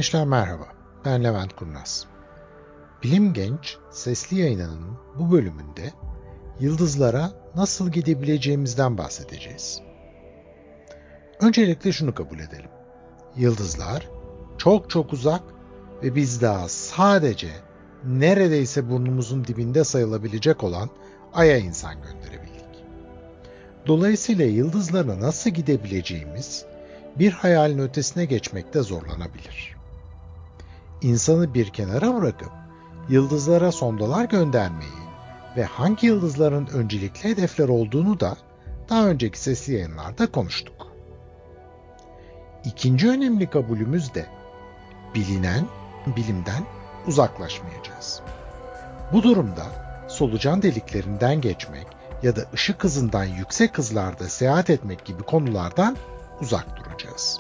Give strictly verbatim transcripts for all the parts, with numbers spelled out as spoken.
Gençler merhaba, ben Levent Kurnaz. Bilim Genç sesli yayınının bu bölümünde yıldızlara nasıl gidebileceğimizden bahsedeceğiz. Öncelikle şunu kabul edelim. Yıldızlar çok çok uzak ve biz daha sadece neredeyse burnumuzun dibinde sayılabilecek olan Ay'a insan gönderebildik. Dolayısıyla yıldızlara nasıl gidebileceğimiz bir hayalin ötesine geçmekte zorlanabilir. İnsanı bir kenara bırakıp yıldızlara sondalar göndermeyi ve hangi yıldızların öncelikli hedefler olduğunu da daha önceki sesli yayınlarda konuştuk. İkinci önemli kabulümüz de bilinen bilimden uzaklaşmayacağız. Bu durumda solucan deliklerinden geçmek ya da ışık hızından yüksek hızlarda seyahat etmek gibi konulardan uzak duracağız.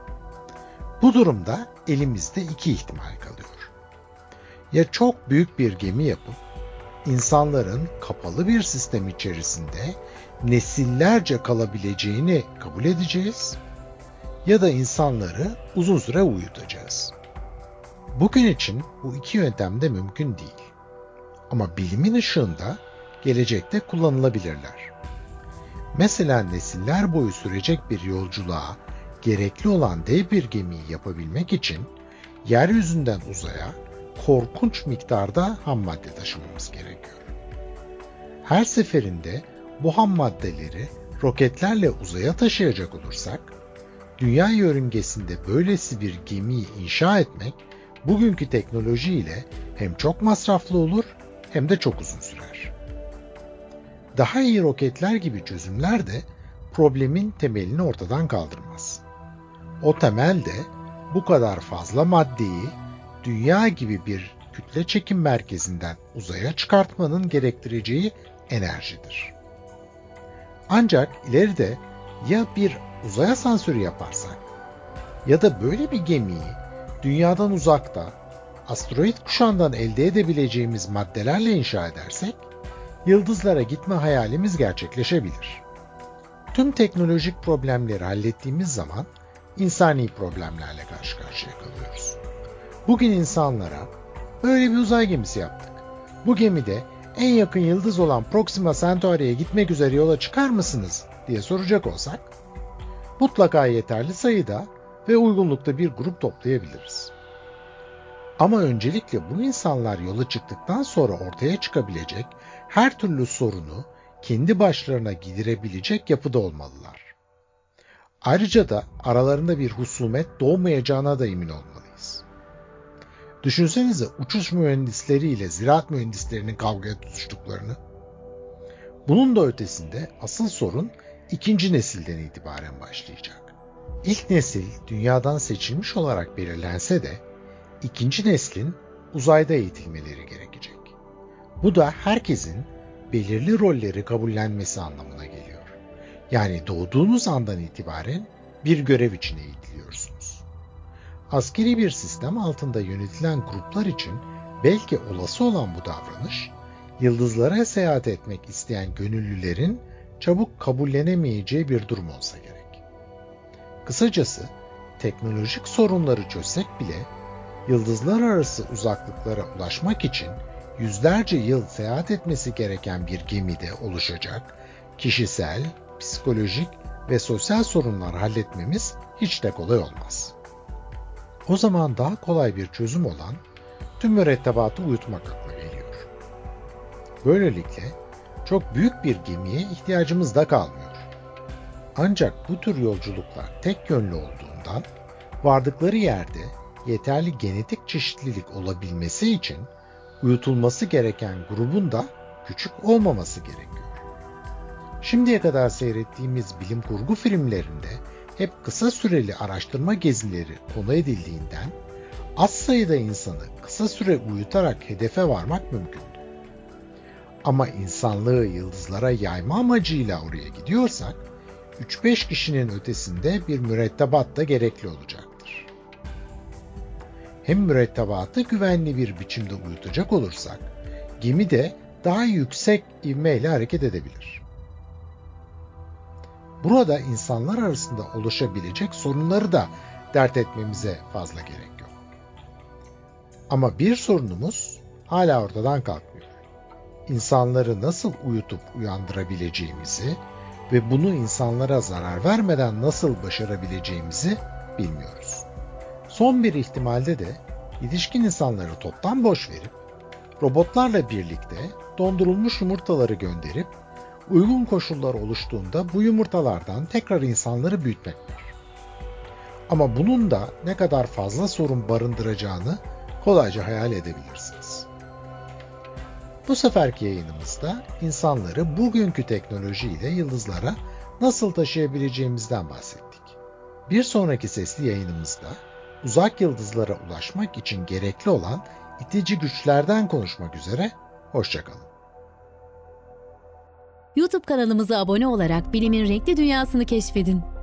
Bu durumda elimizde iki ihtimal kalıyor. Ya çok büyük bir gemi yapıp insanların kapalı bir sistem içerisinde nesillerce kalabileceğini kabul edeceğiz ya da insanları uzun süre uyutacağız. Bugün için bu iki yöntem de mümkün değil. Ama bilimin ışığında gelecekte kullanılabilirler. Mesela nesiller boyu sürecek bir yolculuğa gerekli olan dev bir gemiyi yapabilmek için yeryüzünden uzaya korkunç miktarda ham madde taşımamız gerekiyor. Her seferinde bu ham maddeleri roketlerle uzaya taşıyacak olursak, dünya yörüngesinde böylesi bir gemiyi inşa etmek bugünkü teknolojiyle hem çok masraflı olur hem de çok uzun sürer. Daha iyi roketler gibi çözümler de problemin temelini ortadan kaldırmaz. O temel de bu kadar fazla maddeyi dünya gibi bir kütle çekim merkezinden uzaya çıkartmanın gerektireceği enerjidir. Ancak ileride ya bir uzay asansörü yaparsak ya da böyle bir gemiyi dünyadan uzakta, asteroid kuşağından elde edebileceğimiz maddelerle inşa edersek, yıldızlara gitme hayalimiz gerçekleşebilir. Tüm teknolojik problemleri hallettiğimiz zaman insani problemlerle karşı karşıya kalıyoruz. Bugün insanlara böyle bir uzay gemisi yaptık. Bu gemide en yakın yıldız olan Proxima Centauri'ye gitmek üzere yola çıkar mısınız diye soracak olsak, mutlaka yeterli sayıda ve uygunlukta bir grup toplayabiliriz. Ama öncelikle bu insanlar yola çıktıktan sonra ortaya çıkabilecek her türlü sorunu kendi başlarına giderebilecek yapıda olmalılar. Ayrıca da aralarında bir husumet doğmayacağına da emin olmalıyız. Düşünsenize uçuş mühendisleri ile ziraat mühendislerinin kavgaya tutuştuklarını. Bunun da ötesinde asıl sorun ikinci nesilden itibaren başlayacak. İlk nesil dünyadan seçilmiş olarak belirlense de ikinci neslin uzayda eğitilmeleri gerekecek. Bu da herkesin belirli rolleri kabullenmesi anlamına geliyor. Yani doğduğunuz andan itibaren bir görev için eğitiliyorsunuz. Askeri bir sistem altında yönetilen gruplar için belki olası olan bu davranış, yıldızlara seyahat etmek isteyen gönüllülerin çabuk kabullenemeyeceği bir durum olsa gerek. Kısacası teknolojik sorunları çözsek bile yıldızlar arası uzaklıklara ulaşmak için yüzlerce yıl seyahat etmesi gereken bir gemide oluşacak kişisel, psikolojik ve sosyal sorunlar halletmemiz hiç de kolay olmaz. O zaman daha kolay bir çözüm olan tüm mürettebatı uyutmak akla geliyor. Böylelikle çok büyük bir gemiye ihtiyacımız da kalmıyor. Ancak bu tür yolculuklar tek yönlü olduğundan vardıkları yerde yeterli genetik çeşitlilik olabilmesi için uyutulması gereken grubun da küçük olmaması gerekiyor. Şimdiye kadar seyrettiğimiz bilim kurgu filmlerinde hep kısa süreli araştırma gezileri konu edildiğinden az sayıda insanı kısa süre uyutarak hedefe varmak mümkündü. Ama insanlığı yıldızlara yayma amacıyla oraya gidiyorsak üç beş kişinin ötesinde bir mürettebat da gerekli olacaktır. Hem mürettebatı güvenli bir biçimde uyutacak olursak gemi de daha yüksek ivmeyle hareket edebilir. Burada insanlar arasında oluşabilecek sorunları da dert etmemize fazla gerek yok. Ama bir sorunumuz hala ortadan kalkmıyor. İnsanları nasıl uyutup uyandırabileceğimizi ve bunu insanlara zarar vermeden nasıl başarabileceğimizi bilmiyoruz. Son bir ihtimalde de yetişkin insanları toptan boş verip robotlarla birlikte dondurulmuş yumurtaları gönderip uygun koşullar oluştuğunda bu yumurtalardan tekrar insanları büyütmek var. Ama bunun da ne kadar fazla sorun barındıracağını kolayca hayal edebilirsiniz. Bu seferki yayınımızda insanları bugünkü teknolojiyle yıldızlara nasıl taşıyabileceğimizden bahsettik. Bir sonraki sesli yayınımızda uzak yıldızlara ulaşmak için gerekli olan itici güçlerden konuşmak üzere, hoşça kalın. YouTube kanalımıza abone olarak bilimin renkli dünyasını keşfedin.